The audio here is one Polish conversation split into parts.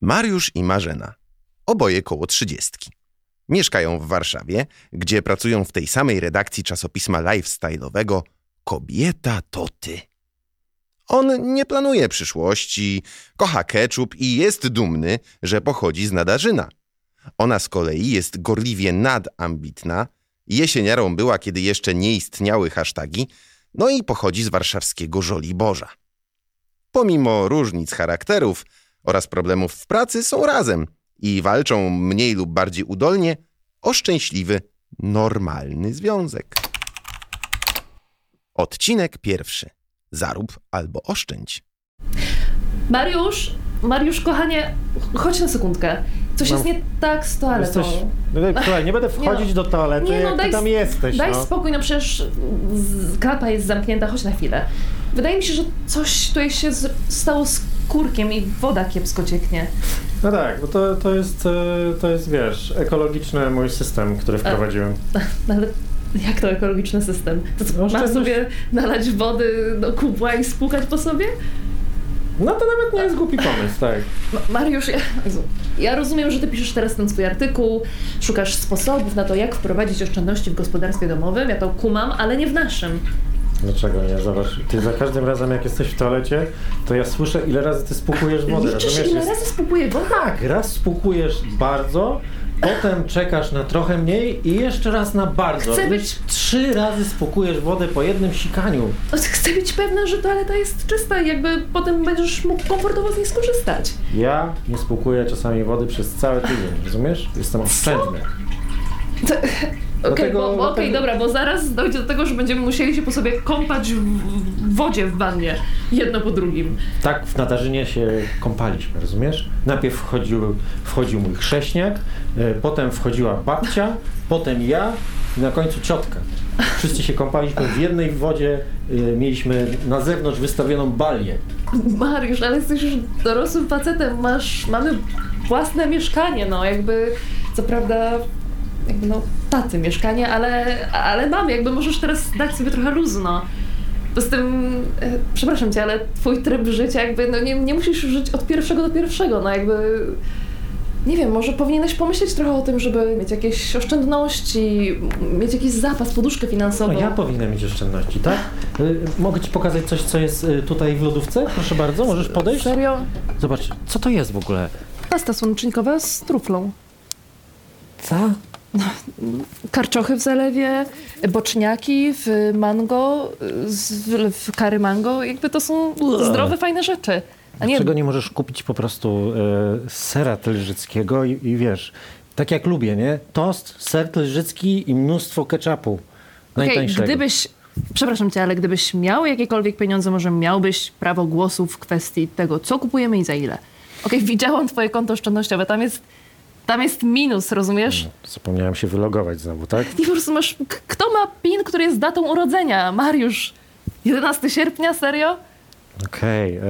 Mariusz i Marzena, oboje koło 30. Mieszkają w Warszawie, gdzie pracują w tej samej redakcji czasopisma lifestyle'owego Kobieta to ty. On nie planuje przyszłości, kocha ketchup i jest dumny, że pochodzi z Nadarzyna. Ona z kolei jest gorliwie nadambitna, jesieniarą była, kiedy jeszcze nie istniały hasztagi, no i pochodzi z warszawskiego Żoliborza. Pomimo różnic charakterów oraz problemów w pracy są razem i walczą mniej lub bardziej udolnie o szczęśliwy, normalny związek. Odcinek 1. Zarób albo oszczędź. Mariusz, kochanie, chodź na sekundkę. Coś jest nie tak z toaletą. Słuchaj, nie będę wchodzić do toalety, jak ty tam jesteś. Daj spokój, no przecież klapa jest zamknięta, chodź na chwilę. Wydaje mi się, że coś tutaj się stało z kurkiem i woda kiepsko cieknie. No tak, bo to jest, wiesz, ekologiczny mój system, który wprowadziłem. Ale jak to ekologiczny system? To co, masz sobie nalać wody do kubła i spłukać po sobie? No to nawet nie jest głupi pomysł, tak. Mariusz, ja rozumiem, że ty piszesz teraz ten swój artykuł, szukasz sposobów na to, jak wprowadzić oszczędności w gospodarstwie domowym, ja to kumam, ale nie w naszym. Dlaczego nie? Zobacz, ty za każdym razem, jak jesteś w toalecie, to ja słyszę, ile razy ty spłukujesz wodę. Liczysz, ile razy spłukuję wodę? Tak, raz spłukujesz bardzo, potem czekasz na trochę mniej i jeszcze raz na bardzo. Chcę być... 3 razy spłukujesz wodę po jednym sikaniu. Chcę być pewna, że toaleta jest czysta i jakby potem będziesz mógł komfortowo z niej skorzystać. Ja nie spłukuję czasami wody przez cały tydzień, rozumiesz? Jestem oszczędny. Okej, dobra, bo zaraz dojdzie do tego, że będziemy musieli się po sobie kąpać w wodzie w wannie, jedno po drugim. Tak w Nadarzynie się kąpaliśmy, rozumiesz? Najpierw wchodził mój chrześniak, potem wchodziła babcia, potem ja i na końcu ciotka. Wszyscy się kąpaliśmy w jednej wodzie, mieliśmy na zewnątrz wystawioną balię. Mariusz, ale jesteś już dorosłym facetem, mamy własne mieszkanie, no jakby, co prawda... taty mieszkanie, ale mamy, jakby możesz teraz dać sobie trochę luzu, no. Poza tym, przepraszam cię, ale twój tryb życia jakby, no nie musisz żyć od pierwszego do pierwszego, no jakby, nie wiem, może powinieneś pomyśleć trochę o tym, żeby mieć jakieś oszczędności, mieć jakiś zapas, poduszkę finansową. No ja powinienem mieć oszczędności, tak? Mogę ci pokazać coś, co jest tutaj w lodówce? Proszę bardzo, możesz podejść? Serio? Zobacz, co to jest w ogóle? Pasta słonecznikowa z truflą. Co? Karczochy w zalewie, boczniaki w mango, w curry mango, jakby to są zdrowe, fajne rzeczy. A nie... Dlaczego nie możesz kupić po prostu sera tylżyckiego i wiesz, tak jak lubię, nie? Tost, ser tylżycki i mnóstwo ketchupu. Najtańszego. Przepraszam cię, ale gdybyś miał jakiekolwiek pieniądze, może miałbyś prawo głosu w kwestii tego, co kupujemy i za ile. Widziałam twoje konto oszczędnościowe, tam jest minus, rozumiesz? No, zapomniałem się wylogować znowu, tak? Nie, po prostu masz... Kto ma PIN, który jest datą urodzenia? Mariusz. 11 sierpnia? Serio? Okej.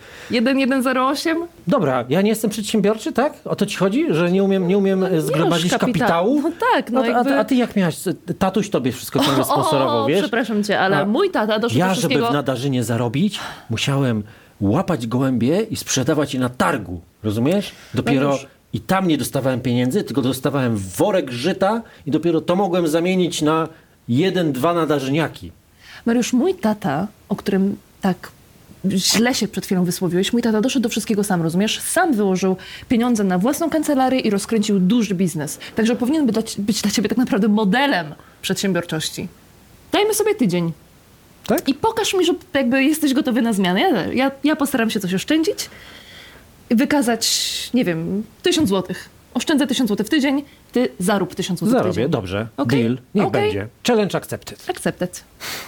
1108? Dobra, ja nie jestem przedsiębiorczy, tak? O to ci chodzi? Że nie umiem zgromadzić kapitału? No tak, no a ty jak miałaś? Tatuś tobie wszystko ciągle sponsorował, wiesz? Przepraszam cię, ale mój tata doszedł do wszystkiego... żeby w Nadarzynie zarobić, musiałem łapać gołębie i sprzedawać je na targu, rozumiesz? Dopiero... I tam nie dostawałem pieniędzy, tylko dostawałem worek żyta i dopiero to mogłem zamienić na 1-2 nadarzyniaki. Mariusz, mój tata, o którym tak źle się przed chwilą wysłowiłeś, mój tata doszedł do wszystkiego sam, rozumiesz? Sam wyłożył pieniądze na własną kancelarię i rozkręcił duży biznes. Także powinien być dla ciebie tak naprawdę modelem przedsiębiorczości. Dajmy sobie tydzień. Tak? I pokaż mi, że jakby jesteś gotowy na zmianę. Ja postaram się coś oszczędzić. Wykazać, nie wiem, 1000 złotych. Oszczędzę 1000 złotych w tydzień, ty zarób 1000 złotych w tydzień. Zarobię, dobrze. Okay? Deal, niech okay. będzie. Challenge accepted. Accepted.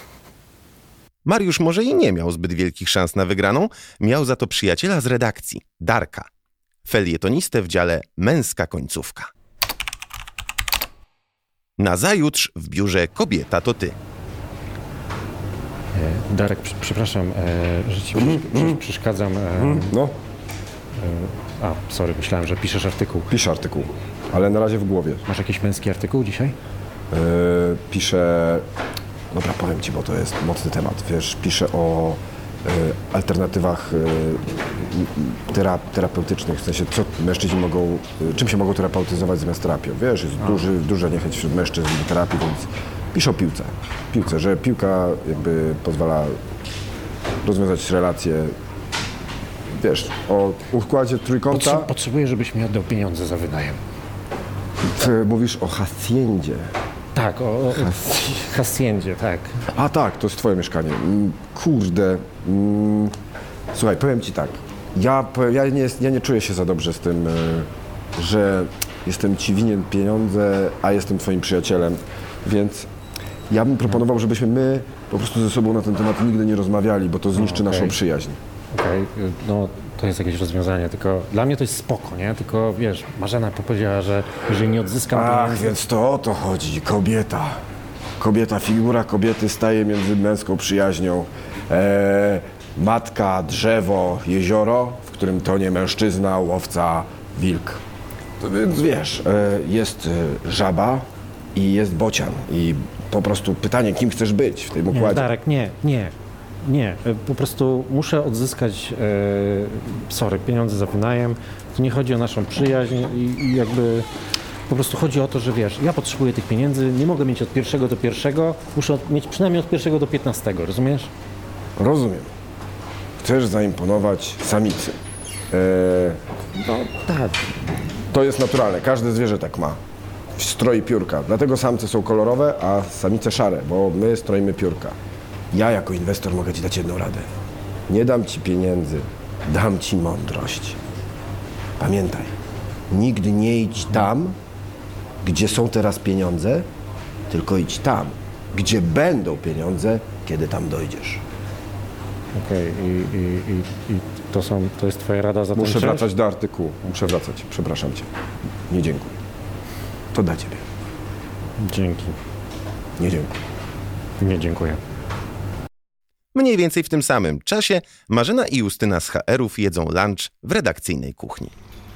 Mariusz może i nie miał zbyt wielkich szans na wygraną, miał za to przyjaciela z redakcji, Darka, felietonistę w dziale Męska końcówka. Nazajutrz w biurze Kobieta to ty. Darek, przepraszam, że ci przeszkadzam. No. Sorry, myślałem, że piszesz artykuł. Piszę artykuł, ale na razie w głowie. Masz jakiś męski artykuł dzisiaj? Piszę... Dobra, powiem ci, bo to jest mocny temat. Wiesz, piszę o alternatywach terapeutycznych, w sensie co mężczyźni mogą, czym się mogą terapeutyzować zamiast terapią. Wiesz, jest duża niechęć wśród mężczyzn do terapii, więc pisz o piłce, że piłka jakby pozwala rozwiązać relacje. Wiesz, o układzie trójkąta. Potrzebuję, żebyś mi oddał pieniądze za wynajem. Mówisz o haciendzie. Tak, o haciendzie, tak. A tak, to jest twoje mieszkanie. Kurde. Słuchaj, powiem ci tak. Ja nie czuję się za dobrze z tym, że jestem ci winien pieniądze, a jestem twoim przyjacielem, więc ja bym proponował, żebyśmy my po prostu ze sobą na ten temat nigdy nie rozmawiali, bo to zniszczy naszą przyjaźń. Okej, no to jest jakieś rozwiązanie, tylko dla mnie to jest spoko, nie? Tylko wiesz, Marzena powiedziała, że jeżeli nie odzyskam pieniędzy... Więc to o to chodzi. Kobieta, figura kobiety staje między męską przyjaźnią. Matka, drzewo, jezioro, w którym tonie mężczyzna, łowca, wilk. To więc wiesz, jest żaba i jest bocian. I po prostu pytanie, kim chcesz być w tym układzie? Nie, Darek, nie. Po prostu muszę odzyskać, pieniądze za wynajem. Tu nie chodzi o naszą przyjaźń i jakby po prostu chodzi o to, że wiesz, ja potrzebuję tych pieniędzy, nie mogę mieć od 1 do 1, muszę mieć przynajmniej od 1 do 15, rozumiesz? Rozumiem. Chcesz zaimponować samicy. No tak. To jest naturalne, każde zwierzę tak ma. Stroi piórka, dlatego samce są kolorowe, a samice szare, bo my stroimy piórka. Ja jako inwestor mogę ci dać jedną radę. Nie dam ci pieniędzy, dam ci mądrość. Pamiętaj, nigdy nie idź tam, gdzie są teraz pieniądze, tylko idź tam, gdzie będą pieniądze, kiedy tam dojdziesz. Okej, i to jest twoja rada za ten Muszę czas? wracać do artykułu, przepraszam cię. Nie dziękuję. To dla ciebie. Dzięki. Nie dziękuję. Nie, dziękuję. Mniej więcej w tym samym czasie Marzena i Justyna z HR-ów jedzą lunch w redakcyjnej kuchni.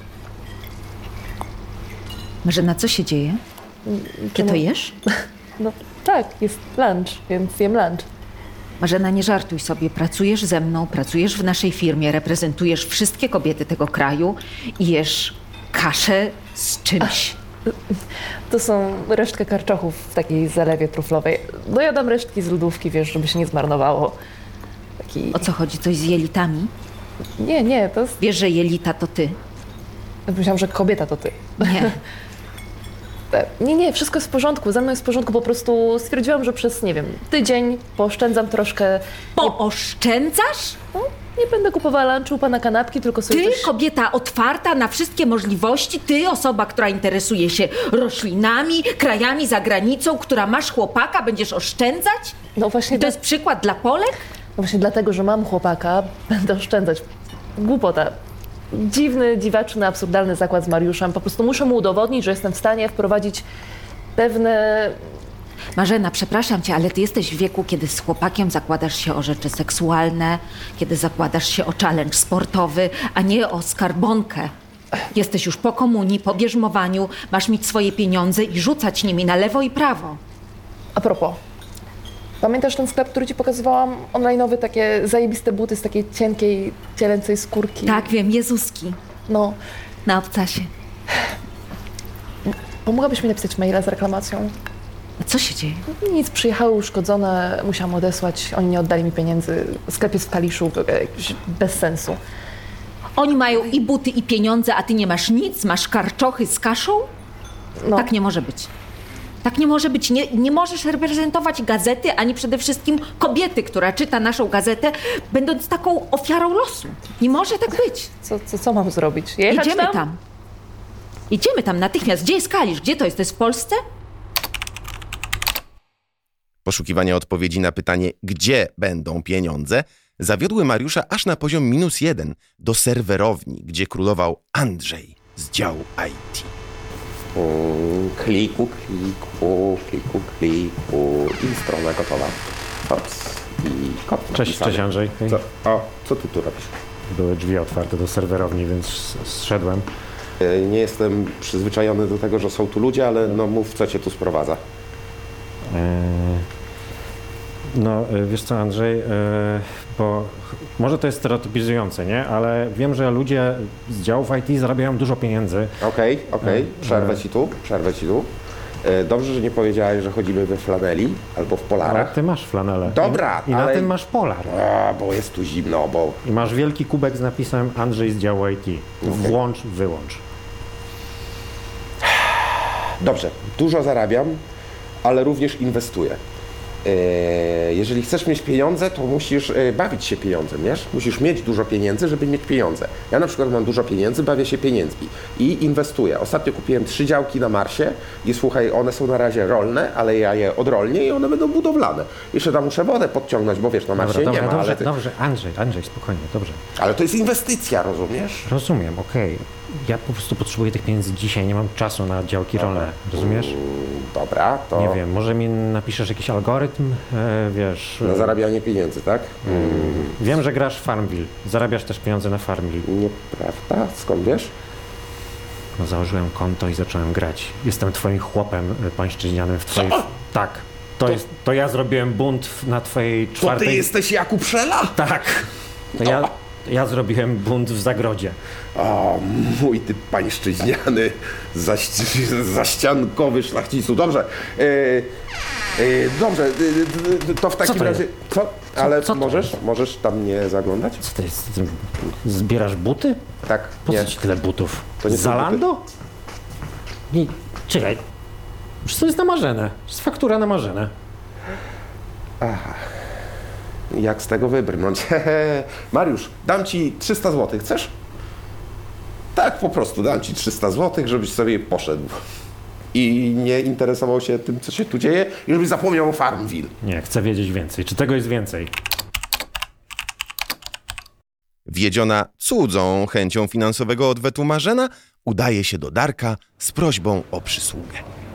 Marzena, co się dzieje? Ty to jesz? No tak, jest lunch, więc jem lunch. Marzena, nie żartuj sobie. Pracujesz ze mną, pracujesz w naszej firmie, reprezentujesz wszystkie kobiety tego kraju i jesz kaszę z czymś. To są resztki karczochów w takiej zalewie truflowej. Dojadam resztki z lodówki, wiesz, żeby się nie zmarnowało. Taki... O co chodzi? Coś z jelitami? Nie, to jest... Wiesz, że jelita to ty? Myślałam, że kobieta to ty. Nie. Nie, wszystko jest w porządku, ze mną jest w porządku, po prostu stwierdziłam, że przez, nie wiem, tydzień pooszczędzam troszkę. Pooszczędzasz? No, nie będę kupowała lunchu u pana kanapki, tylko sobie Ty, coś... kobieta otwarta na wszystkie możliwości, ty, osoba, która interesuje się roślinami, krajami za granicą, która masz chłopaka, będziesz oszczędzać? No właśnie, I to jest przykład dla Polek? no właśnie dlatego, że mam chłopaka, będę oszczędzać. Głupota. Dziwny, dziwaczny, absurdalny zakład z Mariuszem. Po prostu muszę mu udowodnić, że jestem w stanie wprowadzić pewne... Marzena, przepraszam cię, ale ty jesteś w wieku, kiedy z chłopakiem zakładasz się o rzeczy seksualne, kiedy zakładasz się o challenge sportowy, a nie o skarbonkę. Jesteś już po komunii, po bierzmowaniu, masz mieć swoje pieniądze i rzucać nimi na lewo i prawo. A propos, pamiętasz ten sklep, który ci pokazywałam? Online'owy, takie zajebiste buty z takiej cienkiej, cielęcej skórki. Tak, wiem, Jezuski, No, na obcasie. pomogłabyś mi napisać maila z reklamacją? A co się dzieje? Nic, przyjechały uszkodzone, musiałam odesłać, oni nie oddali mi pieniędzy. Sklep jest w Kaliszu, jakiś bez sensu. Oni mają i buty, i pieniądze, a ty nie masz nic? Masz karczochy z kaszą? No. Tak nie może być. Tak nie może być. Nie możesz reprezentować gazety, ani przede wszystkim kobiety, która czyta naszą gazetę, będąc taką ofiarą losu. Nie może tak być. Co mam zrobić? Jechać Idziemy tam. Idziemy tam natychmiast. Gdzie jest Kalisz? Gdzie to jest? To jest w Polsce? Poszukiwania odpowiedzi na pytanie, gdzie będą pieniądze, zawiodły Mariusza aż na poziom -1 do serwerowni, gdzie królował Andrzej z działu IT. Kliku i strona gotowa. Hops i kod Cześć Andrzej. Hej. Co ty tu robisz? Były drzwi otwarte do serwerowni, więc zszedłem. Nie jestem przyzwyczajony do tego, że są tu ludzie, ale no mów, co cię tu sprowadza. No, wiesz co, Andrzej, bo może to jest stereotypizujące, nie? Ale wiem, że ludzie z działów IT zarabiają dużo pieniędzy. Okej, przerwę ci tu. Dobrze, że nie powiedziałeś, że chodzimy we flaneli albo w Ale polarach. ty masz flanelę. Dobra, I na ale- tym masz polar. Bo jest tu zimno, bo... I masz wielki kubek z napisem Andrzej z działu IT. Włącz, wyłącz. Dobrze, dużo zarabiam, ale również inwestuję. Jeżeli chcesz mieć pieniądze, to musisz bawić się pieniądzem, wiesz? Musisz mieć dużo pieniędzy, żeby mieć pieniądze. Ja na przykład mam dużo pieniędzy, bawię się pieniędzmi i inwestuję. Ostatnio kupiłem 3 działki na Marsie i słuchaj, one są na razie rolne, ale ja je odrolnię i one będą budowlane. Jeszcze tam muszę wodę podciągnąć, bo wiesz, na Marsie nie ma, ale... Dobrze, Andrzej, spokojnie, dobrze. Ale to jest inwestycja, rozumiesz? Rozumiem, okej. Ja po prostu potrzebuję tych pieniędzy dzisiaj, nie mam czasu na działki rolne, rozumiesz? Dobra, to... Nie wiem, może mi napiszesz jakiś algorytm, wiesz... Na zarabianie pieniędzy, tak? Wiem, że grasz w Farmville, zarabiasz też pieniądze na Farmville. Nieprawda? Skąd wiesz? No, założyłem konto i zacząłem grać. Jestem twoim chłopem pańszczyźnianym w twojej... Tak, to ja zrobiłem bunt na twojej To czwartej... ty jesteś Jakub Szela? Tak, to ja zrobiłem bunt w zagrodzie. O, mój ty pańszczyźniany, zaściankowy szlachcicu. Dobrze, dobrze, to w takim to razie... Co? Ale co to możesz tam nie zaglądać? Co to jest? Ty zbierasz buty? Tak, Po nie. co ci tyle butów? To nie są Zalando? Nie, czekaj. Przecież to jest na Marzenę. To jest faktura na Marzenę. Jak z tego wybrnąć? Mariusz, dam ci 300 zł, chcesz? Tak, po prostu dam ci 300 zł, żebyś sobie poszedł. I nie interesował się tym, co się tu dzieje i żebyś zapomniał o Farmville. Nie, chcę wiedzieć więcej. Czy tego jest więcej? Wiedziona cudzą chęcią finansowego odwetu Marzena, udaje się do Darka z prośbą o przysługę.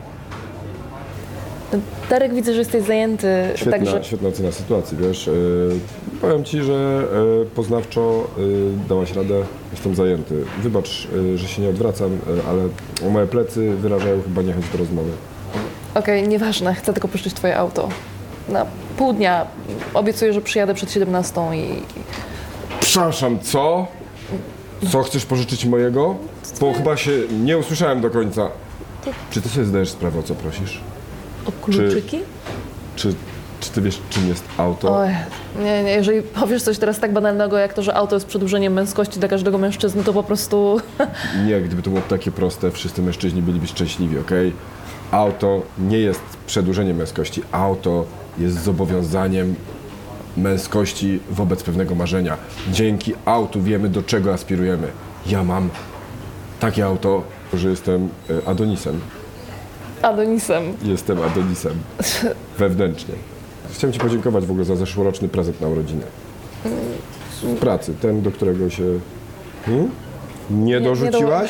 Darek, widzę, że jesteś zajęty, także... Świetna ocena sytuacji, wiesz. Powiem ci, że poznawczo dałaś radę, jestem zajęty. Wybacz, że się nie odwracam, ale moje plecy wyrażają chyba niechęć do rozmowy. Okej, nieważne, chcę tylko pożyczyć twoje auto. Na pół dnia. Obiecuję, że przyjadę przed 17 i... Przepraszam, co? Co, chcesz pożyczyć mojego? Bo chyba się nie usłyszałem do końca. Czy ty sobie zdajesz sprawę, o co prosisz? O kluczyki? Czy ty wiesz, czym jest auto? Oj, nie, jeżeli powiesz coś teraz tak banalnego, jak to, że auto jest przedłużeniem męskości dla każdego mężczyzny, to po prostu... Nie, gdyby to było takie proste, wszyscy mężczyźni byliby szczęśliwi, okej? Auto nie jest przedłużeniem męskości. Auto jest zobowiązaniem męskości wobec pewnego marzenia. Dzięki autu wiemy, do czego aspirujemy. Ja mam takie auto, że jestem Adonisem. Adonisem. Jestem Adonisem. Wewnętrznie. Chciałem ci podziękować w ogóle za zeszłoroczny prezent na urodziny. W pracy, ten, do którego się nie dorzuciłaś.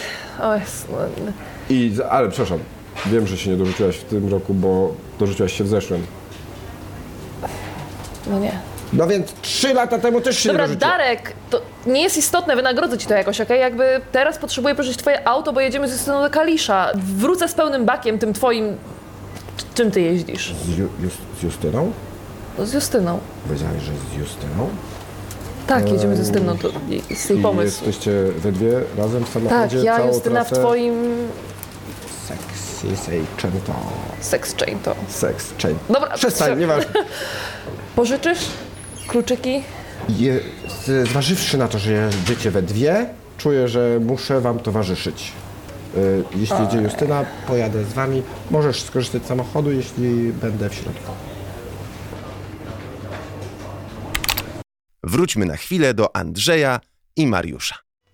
Ale przepraszam, wiem, że się nie dorzuciłaś w tym roku, bo dorzuciłaś się w zeszłym. No nie. No więc 3 lata temu też się Dobra, nie dorzuciłaś. Darek, to nie jest istotne, wynagrodzę ci to jakoś, okej? Jakby teraz potrzebuję pożyczyć twoje auto, bo jedziemy z Justyną do Kalisza. Wrócę z pełnym bakiem, tym twoim... Czym ty jeździsz? Z Justyną? No, z Justyną. Powiedziałeś, że z Justyną? Tak, jedziemy z Justyną, to jest jej I pomysł. jesteście we dwie razem w Tak, samochodzie, ja, całą Justyna w trasę? twoim... Sexy Seicento. Sex chain to. Sex chain. Dobra, Przestań, nieważne. Pożyczysz kluczyki? Zważywszy na to, że jedziecie we dwie, czuję, że muszę wam towarzyszyć. Jeśli jedzie Justyna, pojadę z wami. Możesz skorzystać z samochodu, jeśli będę w środku. Wróćmy na chwilę do Andrzeja i Mariusza.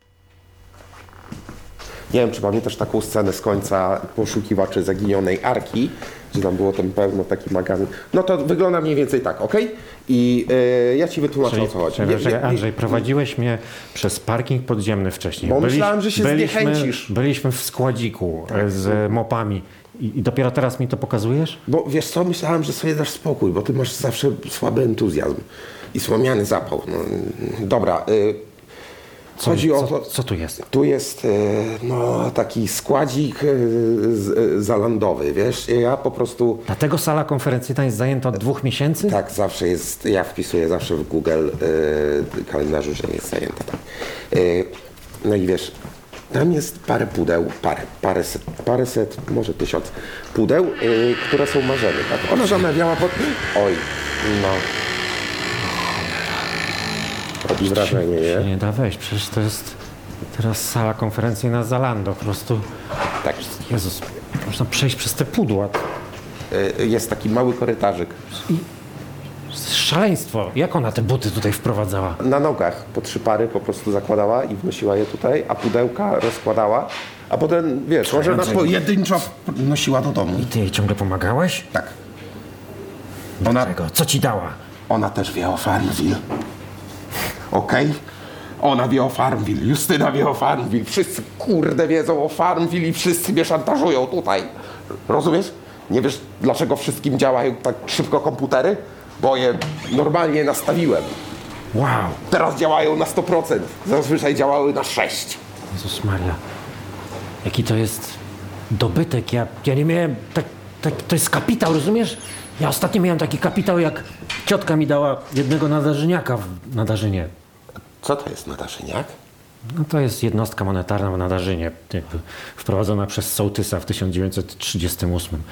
Nie wiem, czy pamiętasz taką scenę z końca Poszukiwaczy Zaginionej Arki, gdzie tam było tam pełno taki magazyn. No to wygląda mniej więcej tak, okej? I ja ci wytłumaczę, o co chodzi. Andrzej, prowadziłeś mnie przez parking podziemny wcześniej. Bo myślałem, że się zniechęcisz. Byliśmy w składziku z mopami i dopiero teraz mi to pokazujesz? Bo wiesz co, myślałem, że sobie dasz spokój, bo ty masz zawsze słaby entuzjazm i słomiany zapał. No, dobra, Chodzi o to... Co tu jest? Tu jest taki składzik zalandowy, wiesz? Ja po prostu... Dlatego sala konferencyjna jest zajęta od 2 miesięcy? Tak, zawsze jest, ja wpisuję zawsze w Google kalendarzu, że nie jest zajęta. Tak. No i wiesz, tam jest parę pudeł, paręset, może 1000 pudeł, które są Marzeny, tak? Ona zamawiała Oj, no. Robi wrażenie, nie? Nie da wejść, przecież to jest teraz sala konferencyjna Zalando, po prostu... Tak. Jezus, można przejść przez te pudła. Jest taki mały korytarzyk. Szaleństwo. Jak ona te buty tutaj wprowadzała? Na nogach po 3 pary po prostu zakładała i wnosiła je tutaj, a pudełka rozkładała, a potem, wiesz, może na pojedynczo nosiła do domu. I ty jej ciągle pomagałeś? Tak. Ona, Co ci dała? ona też wie o Farmville. Okej? Ona wie o Farmville, Justyna wie o Farmville, wszyscy kurde wiedzą o Farmville i wszyscy mnie szantażują tutaj. Rozumiesz? Nie wiesz, dlaczego wszystkim działają tak szybko komputery? Bo je normalnie nastawiłem. Wow. Teraz działają na 100%. Zazwyczaj działały na 6%. Jezus Maria. Jaki to jest dobytek. Ja nie miałem... to jest kapitał, rozumiesz? Ja ostatnio miałem taki kapitał, jak ciotka mi dała jednego nadarzyniaka w Nadarzynie. Co to jest nadarzyniak? No to jest jednostka monetarna w Nadarzynie, jakby wprowadzona przez sołtysa w 1938.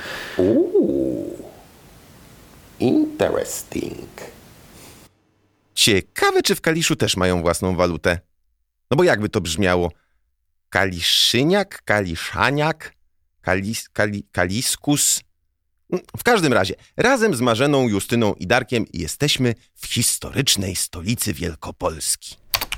Interesting. Ciekawe, czy w Kaliszu też mają własną walutę. No bo jakby to brzmiało? Kaliszyniak, kaliszaniak, kaliskus... W każdym razie, razem z Marzeną, Justyną i Darkiem jesteśmy w historycznej stolicy Wielkopolski.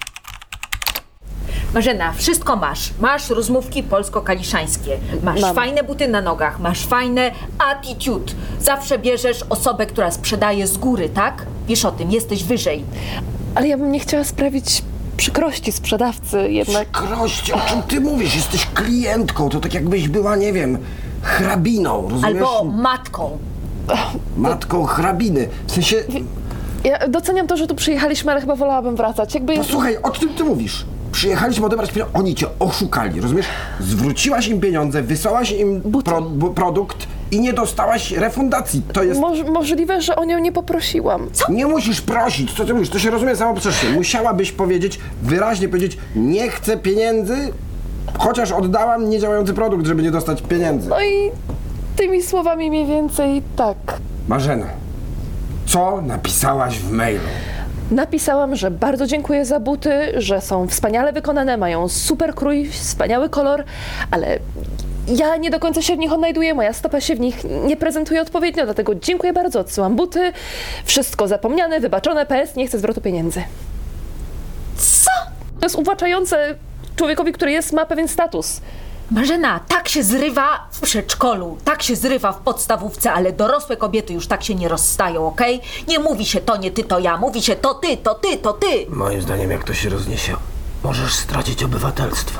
Marzena, wszystko masz. Masz rozmówki polsko-kaliszańskie. Masz fajne buty na nogach, masz fajne attitude. Zawsze bierzesz osobę, która sprzedaje z góry, tak? Wiesz o tym, jesteś wyżej. Ale ja bym nie chciała sprawić przykrości sprzedawcy jednak. Przykrości, o czym ty mówisz? Jesteś klientką, to tak jakbyś była, nie wiem, hrabiną, rozumiesz? Albo matką. Matką hrabiny. W sensie... Ja doceniam to, że tu przyjechaliśmy, ale chyba wolałabym wracać. Jakby... No słuchaj, o czym ty mówisz? Przyjechaliśmy odebrać pieniądze, oni cię oszukali, rozumiesz? Zwróciłaś im pieniądze, wysłałaś im produkt i nie dostałaś refundacji. To jest... Możliwe, że o nią nie poprosiłam. Co? Nie musisz prosić, co ty mówisz? To się rozumie samo przez się. Musiałabyś powiedzieć, wyraźnie powiedzieć, nie chcę pieniędzy, chociaż oddałam niedziałający produkt, żeby nie dostać pieniędzy. No i tymi słowami mniej więcej tak. Marzena, co napisałaś w mailu? Napisałam, że bardzo dziękuję za buty, że są wspaniale wykonane, mają super krój, wspaniały kolor, ale ja nie do końca się w nich odnajduję, moja stopa się w nich nie prezentuje odpowiednio, dlatego dziękuję bardzo, odsyłam buty, wszystko zapomniane, wybaczone, PS, nie chcę zwrotu pieniędzy. Co? To jest uwłaczające człowiekowi, który ma pewien status. Marzena, tak się zrywa w przedszkolu, tak się zrywa w podstawówce, ale dorosłe kobiety już tak się nie rozstają, okej? Nie mówi się to nie ty, to ja, mówi się to ty, to ty, to ty. Moim zdaniem, jak to się rozniesie, możesz stracić obywatelstwo.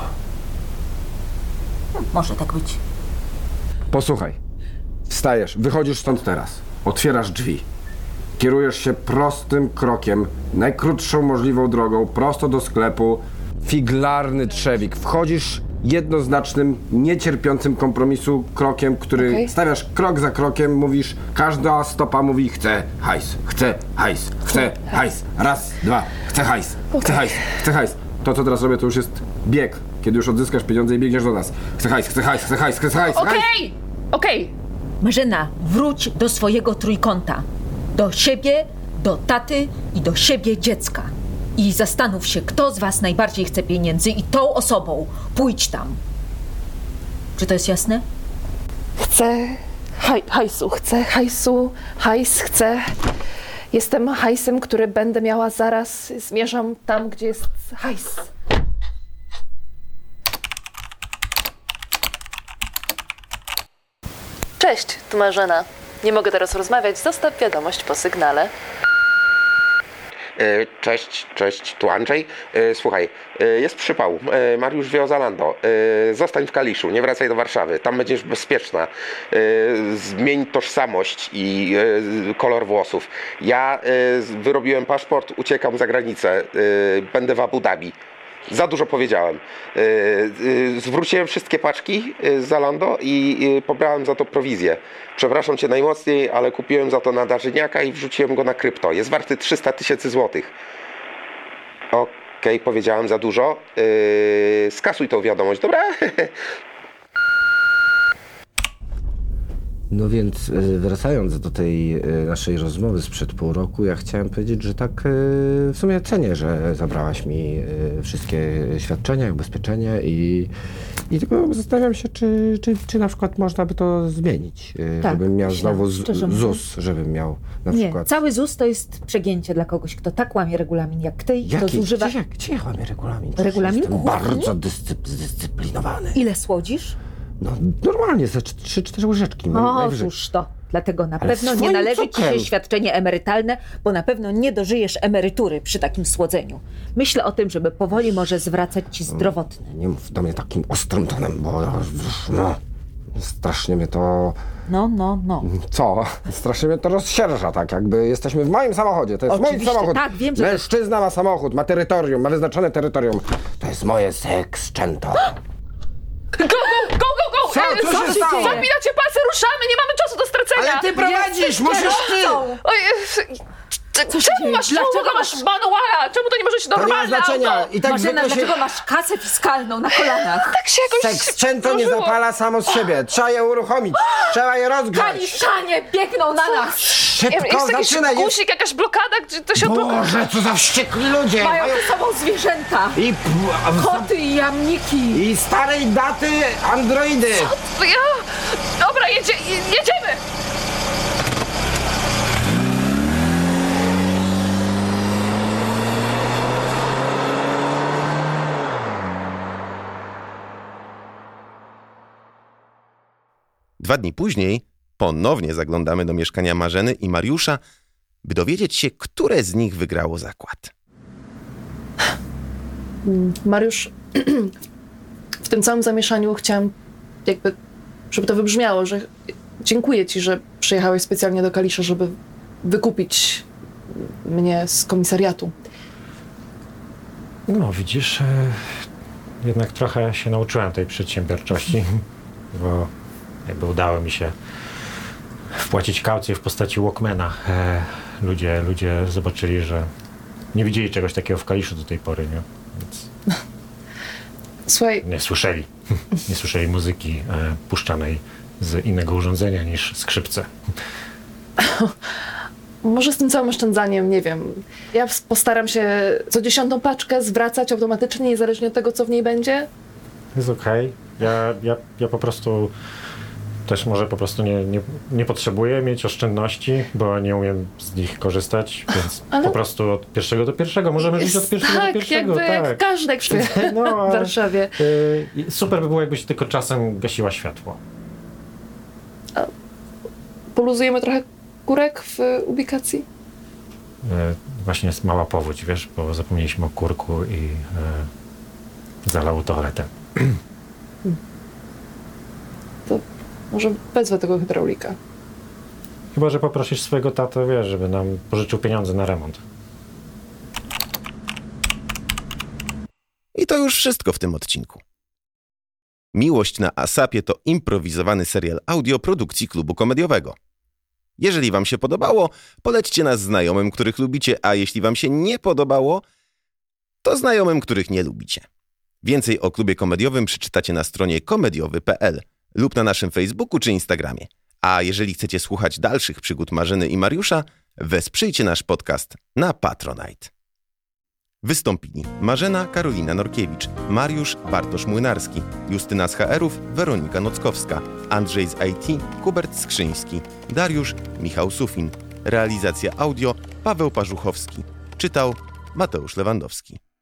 Może tak być. Posłuchaj, wstajesz, wychodzisz stąd teraz, otwierasz drzwi, kierujesz się prostym krokiem, najkrótszą możliwą drogą, prosto do sklepu, figlarny trzewik, wchodzisz jednoznacznym, niecierpiącym kompromisu krokiem, który stawiasz krok za krokiem, mówisz, każda stopa mówi chcę hajs, chcę hajs, chcę hajs, raz, dwa, chcę hajs, chcę hajs, chcę hajs. To, co teraz robię, to już jest bieg, kiedy już odzyskasz pieniądze i biegniesz do nas. Chcę hajs, chcę hajs, chcę hajs, chcę hajs, Okej. Marzena, wróć do swojego trójkąta. Do siebie, do taty i do siebie dziecka. I zastanów się, kto z was najbardziej chce pieniędzy i tą osobą pójdź tam. Czy to jest jasne? Chcę hajsu, chcę hajsu, hajs chcę. Jestem hajsem, który będę miała zaraz. Zmierzam tam, gdzie jest hajs. Cześć, tu Marzena. Nie mogę teraz rozmawiać, zostaw wiadomość po sygnale. Cześć, tu Andrzej. Słuchaj, jest przypał. Mariusz wie o Zalando. Zostań w Kaliszu, nie wracaj do Warszawy. Tam będziesz bezpieczna. Zmień tożsamość i kolor włosów. Ja wyrobiłem paszport, uciekam za granicę. Będę w Abu Dhabi. Za dużo powiedziałem. Zwróciłem wszystkie paczki z Zalando i pobrałem za to prowizję. Przepraszam cię najmocniej, ale kupiłem za to nadarzyniaka i wrzuciłem go na krypto. Jest warty 300 000 złotych. Okej, powiedziałem za dużo. Skasuj tą wiadomość, dobra? No więc wracając do tej naszej rozmowy sprzed pół roku, ja chciałem powiedzieć, że tak w sumie cenię, że zabrałaś mi wszystkie świadczenia, ubezpieczenie i tylko zastanawiam się, czy na przykład można by to zmienić, Tak, żebym miał myślałam, znowu szczerze ZUS, żebym miał na Nie, przykład... cały ZUS to jest przegięcie dla kogoś, kto tak łamie regulamin jak ty i kto zużywa... Gdzie ja łamię regulamin? Regulamin Jestem kuchni? bardzo zdyscyplinowany. Ile słodzisz? No normalnie, ze 3-4 łyżeczki najwyżej. Otóż to. Dlatego na Ale pewno nie swoim należy ci cukrem. się świadczenie emerytalne, bo na pewno nie dożyjesz emerytury przy takim słodzeniu. Myślę o tym, żeby powoli może zwracać ci zdrowotne. Nie mów do mnie takim ostrym tonem, bo no, strasznie mnie to... No. Co? Strasznie mnie to rozsierża, tak jakby jesteśmy w moim samochodzie, to jest mój Oczywiście, samochód. tak, wiem, że- Mężczyzna ma samochód, ma terytorium, ma wyznaczone terytorium. To jest moje sekscento. Go! Co? Co się stało? Zapinacie pasy, ruszamy, nie mamy czasu do stracenia! Ale ty prowadzisz, musisz ty! Oj, Co się czemu dzieje? masz Dlaczego masz manuala? Czemu to nie może być To nie ma normalne znaczenia. auto? I tak Marzena, zwykle się... dlaczego masz kasę fiskalną na kolanach? Tak się jakoś Sekscento nie złożyło. zapala samo z siebie. Trzeba je uruchomić. Trzeba je rozgrzać. Kaliszanie biegną na nas! Szybko, Jest jakiś zaczynaj. guzik, jakaś blokada, gdzie to się odblokuje. Boże, co za wściekli ludzie. Mają ze sobą zwierzęta! I, Koty i jamniki! I starej daty androidy. Dobra, jedziemy! Dwa dni później ponownie zaglądamy do mieszkania Marzeny i Mariusza, by dowiedzieć się, które z nich wygrało zakład. Mariusz, w tym całym zamieszaniu chciałam jakby, żeby to wybrzmiało, że dziękuję ci, że przyjechałeś specjalnie do Kalisza, żeby wykupić mnie z komisariatu. No widzisz, jednak trochę się nauczyłem tej przedsiębiorczości, bo jakby udało mi się wpłacić kaucję w postaci Walkmana. Ludzie zobaczyli, że nie widzieli czegoś takiego w Kaliszu do tej pory, nie? Więc Słuchaj, nie słyszeli. Nie słyszeli muzyki puszczanej z innego urządzenia niż skrzypce. może z tym całym oszczędzaniem, nie wiem, ja postaram się co 10. paczkę zwracać automatycznie, niezależnie od tego, co w niej będzie. Jest okej. Ja po prostu też może po prostu nie potrzebuję mieć oszczędności, bo nie umiem z nich korzystać, więc Ale- po prostu od pierwszego do pierwszego. Możemy żyć od pierwszego tak, do pierwszego. jakby jak każdy w No, Warszawie. super by było, jakbyś tylko czasem gasiła światło. Poluzujemy trochę kurek w ubikacji. Właśnie jest mała powódź, wiesz, bo zapomnieliśmy o kurku i zalało toaletę. To może wezwę tego hydraulika. Chyba że poprosisz swojego tatę, wiesz, żeby nam pożyczył pieniądze na remont. I to już wszystko w tym odcinku. Miłość na ASAP-ie to improwizowany serial audio produkcji Klubu Komediowego. Jeżeli wam się podobało, polećcie nas znajomym, których lubicie, a jeśli wam się nie podobało, to znajomym, których nie lubicie. Więcej o Klubie Komediowym przeczytacie na stronie komediowy.pl lub na naszym Facebooku czy Instagramie. A jeżeli chcecie słuchać dalszych przygód Marzeny i Mariusza, wesprzyjcie nasz podcast na Patronite. Wystąpili Marzena Karolina Norkiewicz, Mariusz Bartosz Młynarski, Justyna z HR-ów, Weronika Nockowska, Andrzej z IT, Hubert Skrzyński, Dariusz Michał Sufin. Realizacja audio Paweł Parzuchowski. Czytał Mateusz Lewandowski.